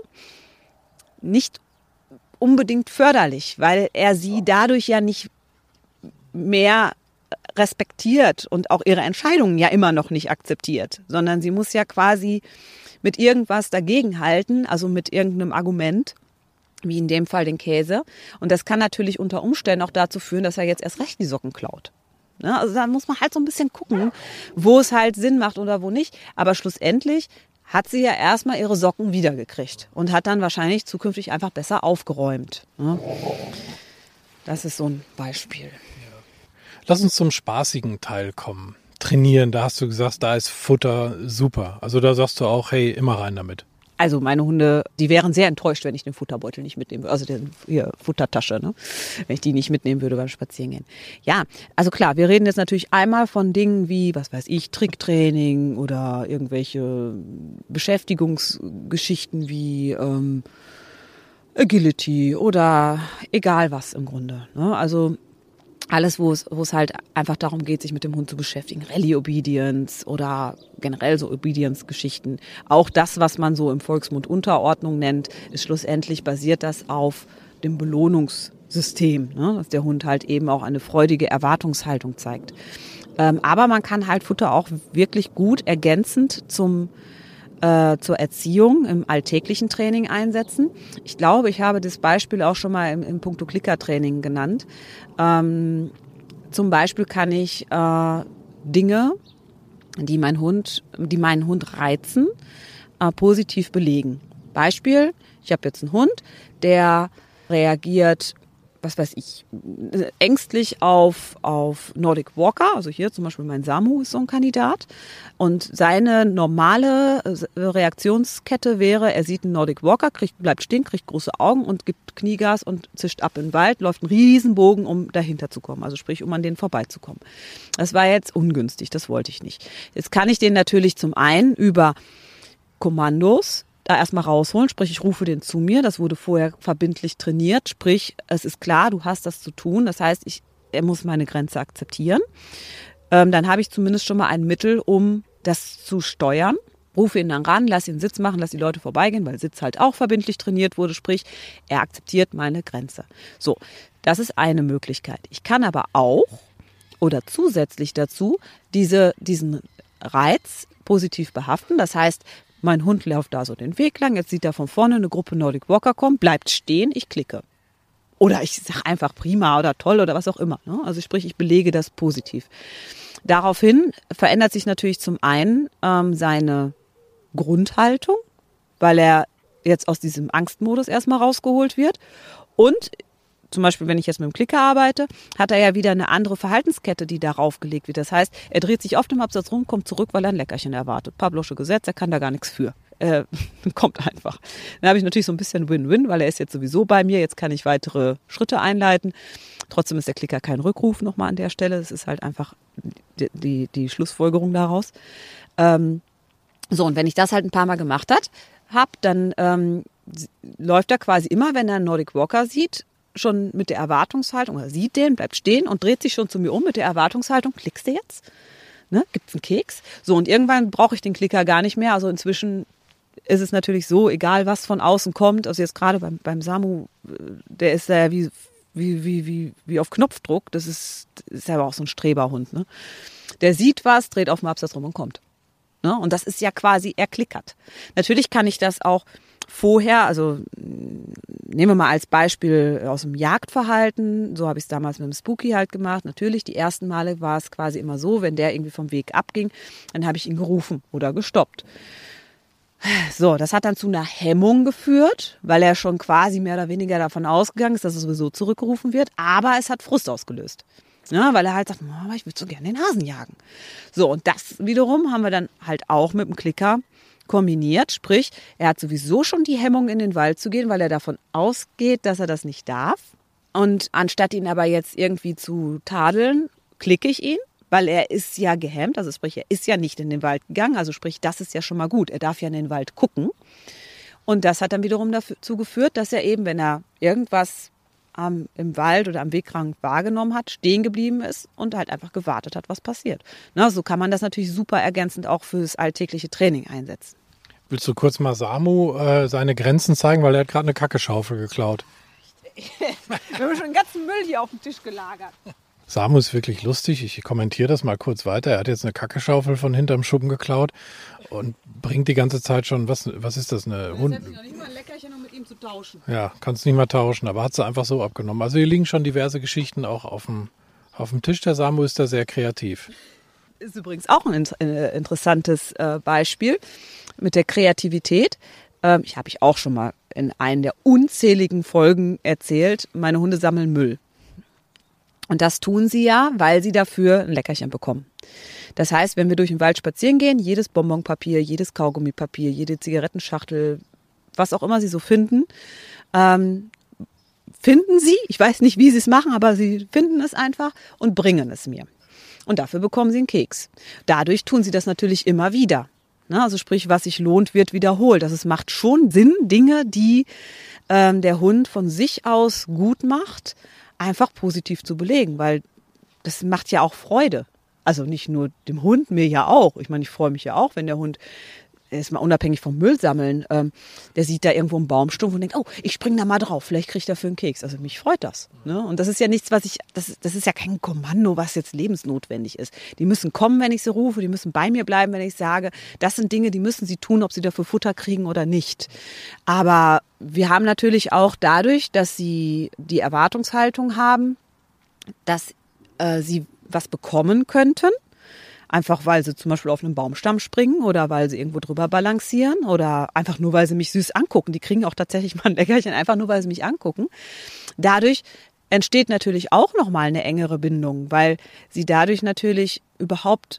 nicht unbedingt förderlich, weil er sie dadurch ja nicht mehr respektiert und auch ihre Entscheidungen ja immer noch nicht akzeptiert, sondern sie muss ja quasi mit irgendwas dagegenhalten, also mit irgendeinem Argument, wie in dem Fall den Käse. Und das kann natürlich unter Umständen auch dazu führen, dass er jetzt erst recht die Socken klaut. Ne? Also da muss man halt so ein bisschen gucken, wo es halt Sinn macht oder wo nicht. Aber schlussendlich hat sie ja erstmal ihre Socken wiedergekriegt und hat dann wahrscheinlich zukünftig einfach besser aufgeräumt. Ne? Das ist so ein Beispiel. Lass uns zum spaßigen Teil kommen. Trainieren, da hast du gesagt, da ist Futter super. Also da sagst du auch, hey, immer rein damit. Also meine Hunde, die wären sehr enttäuscht, wenn ich den Futterbeutel nicht mitnehmen würde. Also die Futtertasche, ne? Wenn ich die nicht mitnehmen würde beim Spazierengehen. Ja, also klar, wir reden jetzt natürlich einmal von Dingen wie, was weiß ich, Tricktraining oder irgendwelche Beschäftigungsgeschichten wie Agility oder egal was im Grunde. Ne? Also alles, wo es halt einfach darum geht, sich mit dem Hund zu beschäftigen. Rally Obedience oder generell so Obedience-Geschichten. Auch das, was man so im Volksmund Unterordnung nennt, ist schlussendlich basiert das auf dem Belohnungssystem, ne? Dass der Hund halt eben auch eine freudige Erwartungshaltung zeigt. Aber man kann halt Futter auch wirklich gut ergänzend zur Erziehung im alltäglichen Training einsetzen. Ich glaube, ich habe das Beispiel auch schon mal im Punkto Clicker-Training genannt. Zum Beispiel kann ich Dinge, die meinen Hund reizen, positiv belegen. Beispiel, ich habe jetzt einen Hund, der reagiert, was weiß ich, ängstlich auf Nordic Walker. Also hier zum Beispiel mein Samu ist so ein Kandidat. Und seine normale Reaktionskette wäre, er sieht einen Nordic Walker, bleibt stehen, kriegt große Augen und gibt Kniegas und zischt ab in den Wald, läuft einen Riesenbogen, um dahinter zu kommen. Also sprich, um an den vorbeizukommen. Das war jetzt ungünstig, das wollte ich nicht. Jetzt kann ich den natürlich zum einen über Kommandos da erstmal rausholen, sprich ich rufe den zu mir, das wurde vorher verbindlich trainiert, sprich es ist klar, du hast das zu tun, das heißt, er muss meine Grenze akzeptieren. Dann habe ich zumindest schon mal ein Mittel, um das zu steuern, rufe ihn dann ran, lass ihn Sitz machen, lass die Leute vorbeigehen, weil Sitz halt auch verbindlich trainiert wurde, sprich er akzeptiert meine Grenze. So, das ist eine Möglichkeit. Ich kann aber auch oder zusätzlich dazu diesen Reiz positiv behaften, das heißt, mein Hund läuft da so den Weg lang, jetzt sieht er von vorne eine Gruppe Nordic Walker kommen, bleibt stehen, ich klicke. Oder ich sage einfach prima oder toll oder was auch immer. Ne? Also sprich, ich belege das positiv. Daraufhin verändert sich natürlich zum einen seine Grundhaltung, weil er jetzt aus diesem Angstmodus erstmal rausgeholt wird. Und zum Beispiel, wenn ich jetzt mit dem Klicker arbeite, hat er ja wieder eine andere Verhaltenskette, die darauf gelegt wird. Das heißt, er dreht sich auf dem Absatz rum, kommt zurück, weil er ein Leckerchen erwartet. Pavlovsche Gesetz, er kann da gar nichts für. Kommt einfach. Dann habe ich natürlich so ein bisschen Win-Win, weil er ist jetzt sowieso bei mir. Jetzt kann ich weitere Schritte einleiten. Trotzdem ist der Klicker kein Rückruf nochmal an der Stelle. Das ist halt einfach die Schlussfolgerung daraus. So, und wenn ich das halt ein paar Mal gemacht habe, dann läuft er quasi immer, wenn er einen Nordic Walker sieht, schon mit der Erwartungshaltung, oder sieht den, bleibt stehen und dreht sich schon zu mir um mit der Erwartungshaltung, klickst du jetzt? Ne? Gibt's einen Keks? So, und irgendwann brauche ich den Klicker gar nicht mehr. Also inzwischen ist es natürlich so, egal was von außen kommt, also jetzt gerade beim Samu, der ist ja wie auf Knopfdruck, das ist aber auch so ein Streberhund, ne? Der sieht was, dreht auf dem Absatz rum und kommt. Ne? Und das ist ja quasi, er klickert. Natürlich kann ich das auch vorher, also nehmen wir mal als Beispiel aus dem Jagdverhalten, so habe ich es damals mit dem Spooky halt gemacht. Natürlich, die ersten Male war es quasi immer so, wenn der irgendwie vom Weg abging, dann habe ich ihn gerufen oder gestoppt. So, das hat dann zu einer Hemmung geführt, weil er schon quasi mehr oder weniger davon ausgegangen ist, dass er sowieso zurückgerufen wird, aber es hat Frust ausgelöst. Ja, weil er halt sagt, oh, ich würde so gerne den Hasen jagen. So, und das wiederum haben wir dann halt auch mit dem Klicker kombiniert, sprich, er hat sowieso schon die Hemmung, in den Wald zu gehen, weil er davon ausgeht, dass er das nicht darf. Und anstatt ihn aber jetzt irgendwie zu tadeln, klicke ich ihn, weil er ist ja gehemmt, also sprich, er ist ja nicht in den Wald gegangen, also sprich, das ist ja schon mal gut, er darf ja in den Wald gucken. Und das hat dann wiederum dazu geführt, dass er eben, wenn er irgendwas im Wald oder am Wegrand wahrgenommen hat, stehen geblieben ist und halt einfach gewartet hat, was passiert. Na, so kann man das natürlich super ergänzend auch fürs alltägliche Training einsetzen. Willst du kurz mal Samu seine Grenzen zeigen, weil er hat gerade eine Kackeschaufel geklaut. Wir haben schon den ganzen Müll hier auf dem Tisch gelagert. Samu ist wirklich lustig. Ich kommentiere das mal kurz weiter. Er hat jetzt eine Kackeschaufel von hinterm Schuppen geklaut und bringt die ganze Zeit schon, was ist das, eine Hund? Das ist noch nicht mal ein Leckerchen, um mit ihm zu tauschen. Ja, kannst nicht mal tauschen, aber hat sie einfach so abgenommen. Also hier liegen schon diverse Geschichten auch auf dem Tisch. Der Samu ist da sehr kreativ. Ist übrigens auch ein interessantes Beispiel mit der Kreativität. Ich habe auch schon mal in einer der unzähligen Folgen erzählt, meine Hunde sammeln Müll. Und das tun sie ja, weil sie dafür ein Leckerchen bekommen. Das heißt, wenn wir durch den Wald spazieren gehen, jedes Bonbonpapier, jedes Kaugummipapier, jede Zigarettenschachtel, was auch immer sie so finden, finden sie, ich weiß nicht, wie sie es machen, aber sie finden es einfach und bringen es mir. Und dafür bekommen sie einen Keks. Dadurch tun sie das natürlich immer wieder. Also sprich, was sich lohnt, wird wiederholt. Also es macht schon Sinn, Dinge, die der Hund von sich aus gut macht, einfach positiv zu belegen, weil das macht ja auch Freude. Also nicht nur dem Hund, mir ja auch. Ich meine, ich freue mich ja auch, wenn der Hund, ist mal unabhängig vom Müll sammeln, der sieht da irgendwo einen Baumstumpf und denkt, oh, ich spring da mal drauf, vielleicht kriegt er für einen Keks. Also mich freut das. Ne? Und das ist ja nichts, das ist ja kein Kommando, was jetzt lebensnotwendig ist. Die müssen kommen, wenn ich sie rufe, die müssen bei mir bleiben, wenn ich sage, das sind Dinge, die müssen sie tun, ob sie dafür Futter kriegen oder nicht. Aber wir haben natürlich auch dadurch, dass sie die Erwartungshaltung haben, dass sie was bekommen könnten, einfach weil sie zum Beispiel auf einem Baumstamm springen oder weil sie irgendwo drüber balancieren oder einfach nur, weil sie mich süß angucken. Die kriegen auch tatsächlich mal ein Leckerchen, einfach nur, weil sie mich angucken. Dadurch entsteht natürlich auch nochmal eine engere Bindung, weil sie dadurch natürlich überhaupt,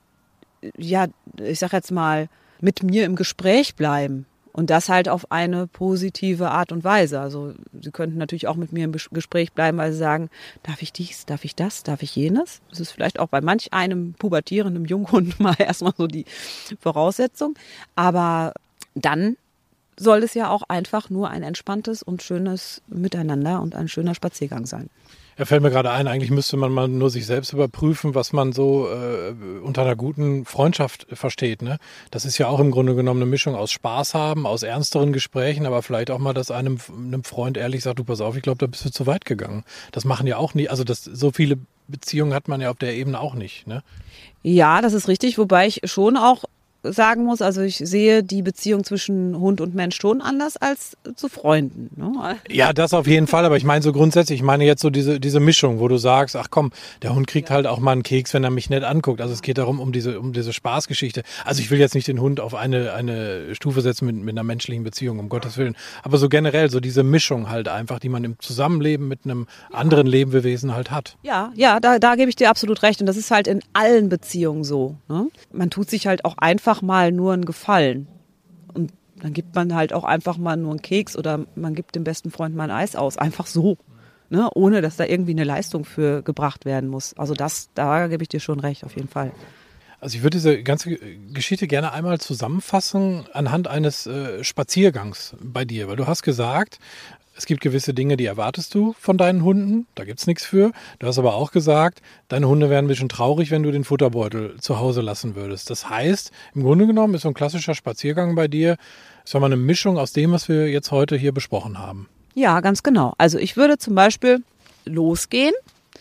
ja, ich sag jetzt mal, mit mir im Gespräch bleiben. Und das halt auf eine positive Art und Weise. Also sie könnten natürlich auch mit mir im Gespräch bleiben, weil sie sagen, darf ich dies, darf ich das, darf ich jenes? Das ist vielleicht auch bei manch einem pubertierenden Junghund mal erstmal so die Voraussetzung. Aber dann soll es ja auch einfach nur ein entspanntes und schönes Miteinander und ein schöner Spaziergang sein. Ja, fällt mir gerade ein, eigentlich müsste man mal nur sich selbst überprüfen, was man so unter einer guten Freundschaft versteht. Ne? Das ist ja auch im Grunde genommen eine Mischung aus Spaß haben, aus ernsteren Gesprächen, aber vielleicht auch mal, dass einem Freund ehrlich sagt, du pass auf, ich glaube, da bist du zu weit gegangen. Das machen ja auch nie, also so viele Beziehungen hat man ja auf der Ebene auch nicht. Ne? Ja, das ist richtig, wobei ich schon auch sagen muss, also ich sehe die Beziehung zwischen Hund und Mensch schon anders als zu Freunden. Ne? Ja, das auf jeden Fall, aber ich meine so grundsätzlich, ich meine jetzt so diese Mischung, wo du sagst, ach komm, der Hund kriegt halt auch mal einen Keks, wenn er mich nett anguckt. Also es geht darum, um diese Spaßgeschichte. Also ich will jetzt nicht den Hund auf eine Stufe setzen mit einer menschlichen Beziehung, um Gottes Willen. Aber so generell, so diese Mischung halt einfach, die man im Zusammenleben mit einem anderen Lebewesen halt hat. Ja, da gebe ich dir absolut recht. Und das ist halt in allen Beziehungen so. Ne? Man tut sich halt auch einfach mal nur einen Gefallen. Und dann gibt man halt auch einfach mal nur einen Keks oder man gibt dem besten Freund mal ein Eis aus. Einfach so. Ne? Ohne, dass da irgendwie eine Leistung für gebracht werden muss. Also da gebe ich dir schon recht, auf jeden Fall. Also ich würde diese ganze Geschichte gerne einmal zusammenfassen anhand eines Spaziergangs bei dir. Weil du hast gesagt, es gibt gewisse Dinge, die erwartest du von deinen Hunden. Da gibt's nichts für. Du hast aber auch gesagt, deine Hunde wären ein bisschen traurig, wenn du den Futterbeutel zu Hause lassen würdest. Das heißt, im Grunde genommen ist so ein klassischer Spaziergang bei dir, sagen wir mal, eine Mischung aus dem, was wir jetzt heute hier besprochen haben. Ja, ganz genau. Also ich würde zum Beispiel losgehen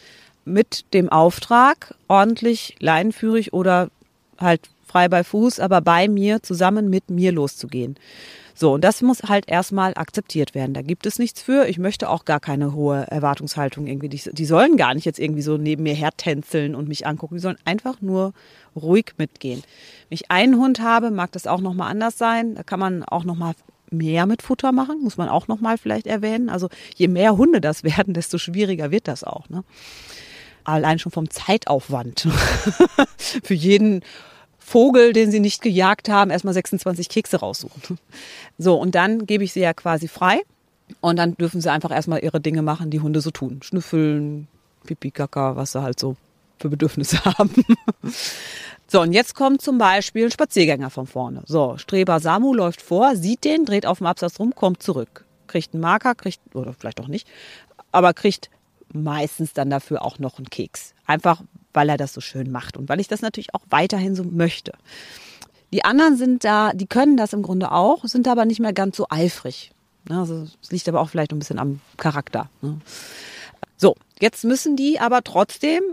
mit dem Auftrag, ordentlich leinenführig oder halt frei bei Fuß, aber bei mir, zusammen mit mir loszugehen. So, und das muss halt erstmal akzeptiert werden. Da gibt es nichts für. Ich möchte auch gar keine hohe Erwartungshaltung irgendwie. Die sollen gar nicht jetzt irgendwie so neben mir hertänzeln und mich angucken. Die sollen einfach nur ruhig mitgehen. Wenn ich einen Hund habe, mag das auch nochmal anders sein. Da kann man auch nochmal mehr mit Futter machen, muss man auch nochmal vielleicht erwähnen. Also je mehr Hunde das werden, desto schwieriger wird das auch. Ne? Allein schon vom Zeitaufwand. Für jeden Vogel, den sie nicht gejagt haben, erstmal 26 Kekse raussuchen. So, und dann gebe ich sie ja quasi frei und dann dürfen sie einfach erstmal ihre Dinge machen, die Hunde so tun. Schnüffeln, Pipi, Kaka, was sie halt so für Bedürfnisse haben. So, und jetzt kommt zum Beispiel ein Spaziergänger von vorne. So, Streber Samu läuft vor, sieht den, dreht auf dem Absatz rum, kommt zurück. Kriegt einen Marker, oder vielleicht auch nicht, aber kriegt meistens dann dafür auch noch einen Keks. Einfach, weil er das so schön macht und weil ich das natürlich auch weiterhin so möchte. Die anderen sind da, die können das im Grunde auch, sind aber nicht mehr ganz so eifrig. Also es liegt aber auch vielleicht ein bisschen am Charakter. So, jetzt müssen die aber trotzdem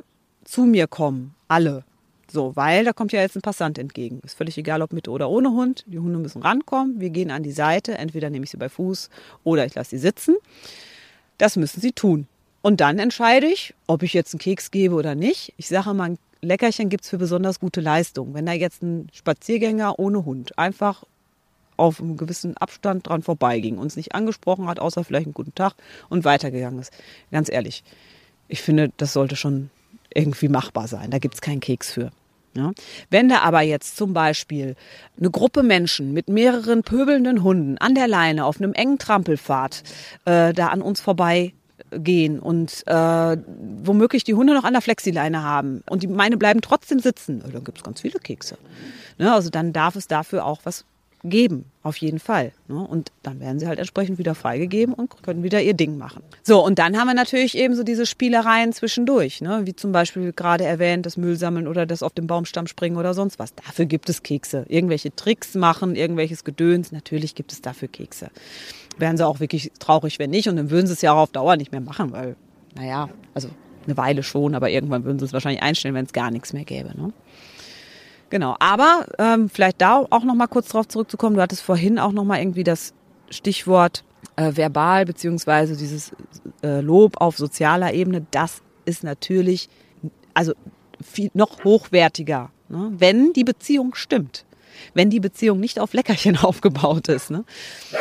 zu mir kommen, alle. So, weil da kommt ja jetzt ein Passant entgegen. Ist völlig egal, ob mit oder ohne Hund. Die Hunde müssen rankommen. Wir gehen an die Seite. Entweder nehme ich sie bei Fuß oder ich lasse sie sitzen. Das müssen sie tun. Und dann entscheide ich, ob ich jetzt einen Keks gebe oder nicht. Ich sage mal, ein Leckerchen gibt es für besonders gute Leistung. Wenn da jetzt ein Spaziergänger ohne Hund einfach auf einem gewissen Abstand dran vorbeiging, uns nicht angesprochen hat, außer vielleicht einen guten Tag und weitergegangen ist. Ganz ehrlich, ich finde, das sollte schon irgendwie machbar sein. Da gibt es keinen Keks für. Ja? Wenn da aber jetzt zum Beispiel eine Gruppe Menschen mit mehreren pöbelnden Hunden an der Leine auf einem engen Trampelpfad da an uns vorbeigehen und womöglich die Hunde noch an der Flexileine haben und meine bleiben trotzdem sitzen, dann gibt es ganz viele Kekse. Ne? Also dann darf es dafür auch was geben, auf jeden Fall. Ne? Und dann werden sie halt entsprechend wieder freigegeben und können wieder ihr Ding machen. So, und dann haben wir natürlich eben so diese Spielereien zwischendurch, ne? Wie zum Beispiel gerade erwähnt, das Müll sammeln oder das auf den Baumstamm springen oder sonst was. Dafür gibt es Kekse. Irgendwelche Tricks machen, irgendwelches Gedöns, natürlich gibt es dafür Kekse. Wären sie auch wirklich traurig, wenn nicht. Und dann würden sie es ja auch auf Dauer nicht mehr machen, weil, naja, also eine Weile schon, aber irgendwann würden sie es wahrscheinlich einstellen, wenn es gar nichts mehr gäbe, ne? Genau, aber vielleicht da auch noch mal kurz drauf zurückzukommen. Du hattest vorhin auch noch mal irgendwie das Stichwort verbal beziehungsweise dieses Lob auf sozialer Ebene. Das ist natürlich also viel noch hochwertiger, ne? Wenn die Beziehung stimmt. Wenn die Beziehung nicht auf Leckerchen aufgebaut ist. Ne?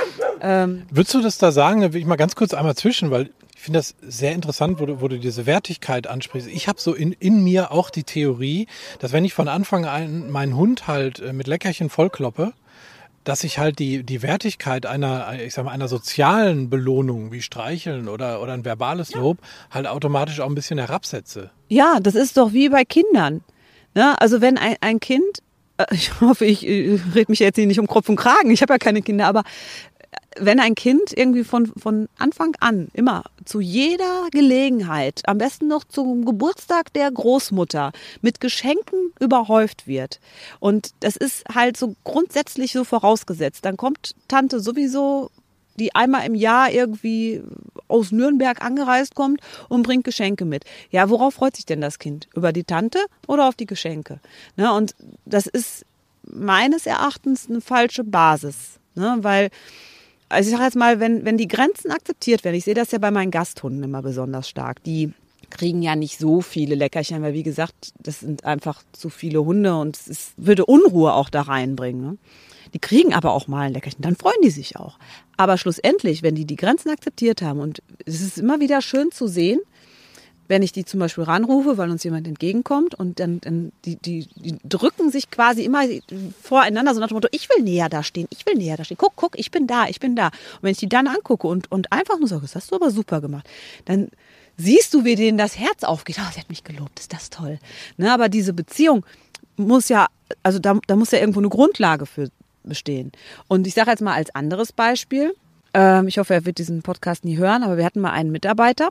Würdest du das da sagen? Da will ich mal ganz kurz einmal zwischen, weil ich finde das sehr interessant, wo du diese Wertigkeit ansprichst. Ich habe so in mir auch die Theorie, dass wenn ich von Anfang an meinen Hund halt mit Leckerchen vollkloppe, dass ich halt die Wertigkeit einer sozialen Belohnung wie Streicheln oder ein verbales Lob halt automatisch auch ein bisschen herabsetze. Ja, das ist doch wie bei Kindern. Ne? Also wenn ein Kind, ich hoffe, ich rede mich jetzt hier nicht um Kopf und Kragen, ich habe ja keine Kinder, aber wenn ein Kind irgendwie von Anfang an immer zu jeder Gelegenheit, am besten noch zum Geburtstag der Großmutter, mit Geschenken überhäuft wird und das ist halt so grundsätzlich so vorausgesetzt, dann kommt Tante sowieso, die einmal im Jahr irgendwie aus Nürnberg angereist kommt und bringt Geschenke mit. Ja, worauf freut sich denn das Kind? Über die Tante oder auf die Geschenke? Ne, und das ist meines Erachtens eine falsche Basis, ne, weil also ich sage jetzt mal, wenn die Grenzen akzeptiert werden, ich sehe das ja bei meinen Gasthunden immer besonders stark, die kriegen ja nicht so viele Leckerchen, weil wie gesagt, das sind einfach zu viele Hunde und es würde Unruhe auch da reinbringen. Ne? Die kriegen aber auch mal ein Leckerchen, dann freuen die sich auch. Aber schlussendlich, wenn die Grenzen akzeptiert haben und es ist immer wieder schön zu sehen, wenn ich die zum Beispiel ranrufe, weil uns jemand entgegenkommt und dann die drücken sich quasi immer voreinander, so nach dem Motto, ich will näher da stehen, guck, ich bin da. Und wenn ich die dann angucke und einfach nur sage, das hast du aber super gemacht, dann siehst du, wie denen das Herz aufgeht. Oh, sie hat mich gelobt, ist das toll. Ne, aber diese Beziehung muss ja, also da muss ja irgendwo eine Grundlage für bestehen. Und ich sage jetzt mal als anderes Beispiel, ich hoffe, er wird diesen Podcast nie hören, aber wir hatten mal einen Mitarbeiter,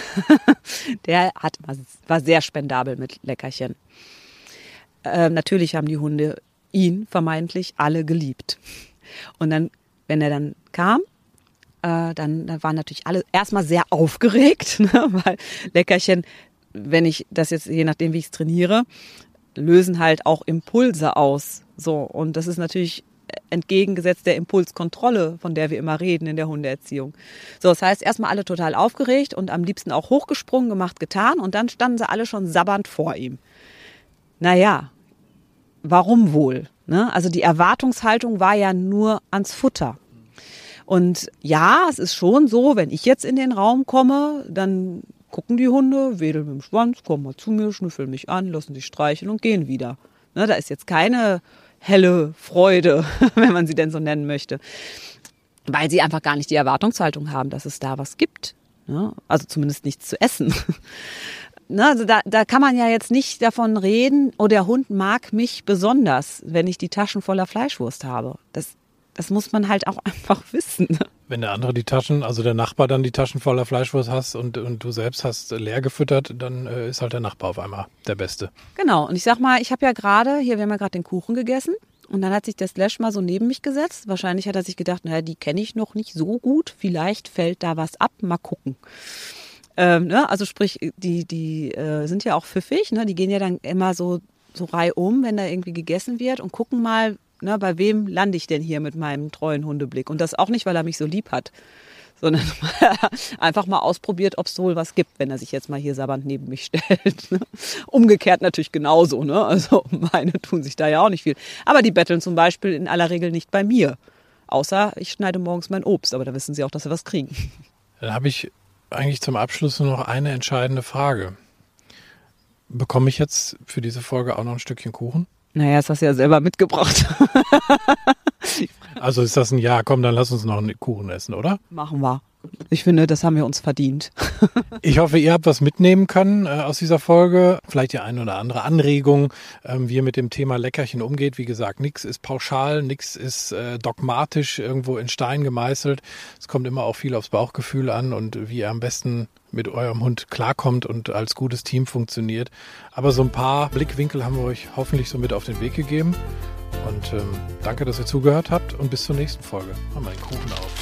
der war sehr spendabel mit Leckerchen. Natürlich haben die Hunde ihn vermeintlich alle geliebt. Und dann, wenn er dann kam, dann waren natürlich alle erstmal sehr aufgeregt, ne, weil Leckerchen, wenn ich das jetzt, je nachdem wie ich es trainiere, lösen halt auch Impulse aus. So, und das ist natürlich entgegengesetzt der Impulskontrolle, von der wir immer reden in der Hundeerziehung. So, das heißt, erstmal alle total aufgeregt und am liebsten auch hochgesprungen, gemacht, getan und dann standen sie alle schon sabbernd vor ihm. Naja, warum wohl? Ne? Also die Erwartungshaltung war ja nur ans Futter. Und ja, es ist schon so, wenn ich jetzt in den Raum komme, dann gucken die Hunde, wedeln mit dem Schwanz, kommen mal zu mir, schnüffeln mich an, lassen sich streicheln und gehen wieder. Ne, da ist jetzt keine helle Freude, wenn man sie denn so nennen möchte, weil sie einfach gar nicht die Erwartungshaltung haben, dass es da was gibt. Ne? Also zumindest nichts zu essen. Ne, also da kann man ja jetzt nicht davon reden, oh, der Hund mag mich besonders, wenn ich die Taschen voller Fleischwurst habe. Das muss man halt auch einfach wissen. Wenn der andere der Nachbar dann die Taschen voller Fleischwurst hast und du selbst hast leer gefüttert, dann ist halt der Nachbar auf einmal der Beste. Genau, und ich sag mal, wir haben ja gerade den Kuchen gegessen und dann hat sich der Slash mal so neben mich gesetzt. Wahrscheinlich hat er sich gedacht, naja, die kenne ich noch nicht so gut, vielleicht fällt da was ab, mal gucken. Also sprich, die sind ja auch pfiffig, ne? Die gehen ja dann immer so reihum, wenn da irgendwie gegessen wird und gucken mal, ne, bei wem lande ich denn hier mit meinem treuen Hundeblick. Und das auch nicht, weil er mich so lieb hat, sondern einfach mal ausprobiert, ob es wohl was gibt, wenn er sich jetzt mal hier sabbernd neben mich stellt. Ne? Umgekehrt natürlich genauso, ne? Also meine tun sich da ja auch nicht viel. Aber die betteln zum Beispiel in aller Regel nicht bei mir. Außer ich schneide morgens mein Obst, aber da wissen sie auch, dass sie was kriegen. Dann habe ich eigentlich zum Abschluss nur noch eine entscheidende Frage. Bekomme ich jetzt für diese Folge auch noch ein Stückchen Kuchen? Naja, das hast du ja selber mitgebracht. Also ist das ein Ja, komm, dann lass uns noch einen Kuchen essen, oder? Machen wir. Ich finde, das haben wir uns verdient. Ich hoffe, ihr habt was mitnehmen können aus dieser Folge. Vielleicht die eine oder andere Anregung, wie ihr mit dem Thema Leckerchen umgeht. Wie gesagt, nichts ist pauschal, nichts ist dogmatisch irgendwo in Stein gemeißelt. Es kommt immer auch viel aufs Bauchgefühl an und wie ihr am besten mit eurem Hund klarkommt und als gutes Team funktioniert. Aber so ein paar Blickwinkel haben wir euch hoffentlich so mit auf den Weg gegeben. Und danke, dass ihr zugehört habt und bis zur nächsten Folge. Machen wir den Kuchen auf.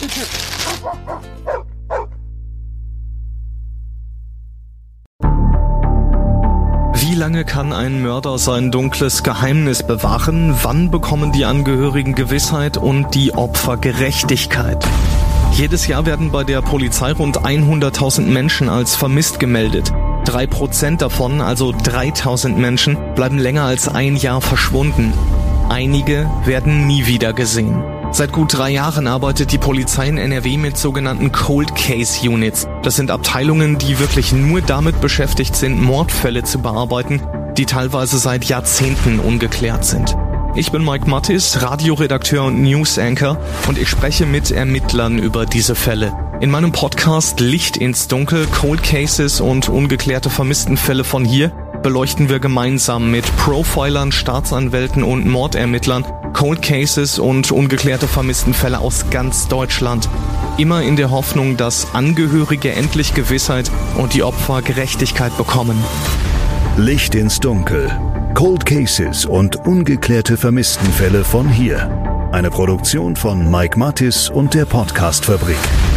Wie lange kann ein Mörder sein dunkles Geheimnis bewahren? Wann bekommen die Angehörigen Gewissheit und die Opfer Gerechtigkeit? Jedes Jahr werden bei der Polizei rund 100.000 Menschen als vermisst gemeldet. 3% davon, also 3.000 Menschen, bleiben länger als ein Jahr verschwunden. Einige werden nie wieder gesehen. Seit gut 3 Jahren arbeitet die Polizei in NRW mit sogenannten Cold Case Units. Das sind Abteilungen, die wirklich nur damit beschäftigt sind, Mordfälle zu bearbeiten, die teilweise seit Jahrzehnten ungeklärt sind. Ich bin Mike Mattis, Radioredakteur und News Anchor und ich spreche mit Ermittlern über diese Fälle. In meinem Podcast Licht ins Dunkel, Cold Cases und ungeklärte Vermisstenfälle von hier beleuchten wir gemeinsam mit Profilern, Staatsanwälten und Mordermittlern Cold Cases und ungeklärte Vermisstenfälle aus ganz Deutschland. Immer in der Hoffnung, dass Angehörige endlich Gewissheit und die Opfer Gerechtigkeit bekommen. Licht ins Dunkel. Cold Cases und ungeklärte Vermisstenfälle von hier. Eine Produktion von Mike Mattis und der Podcast-Fabrik.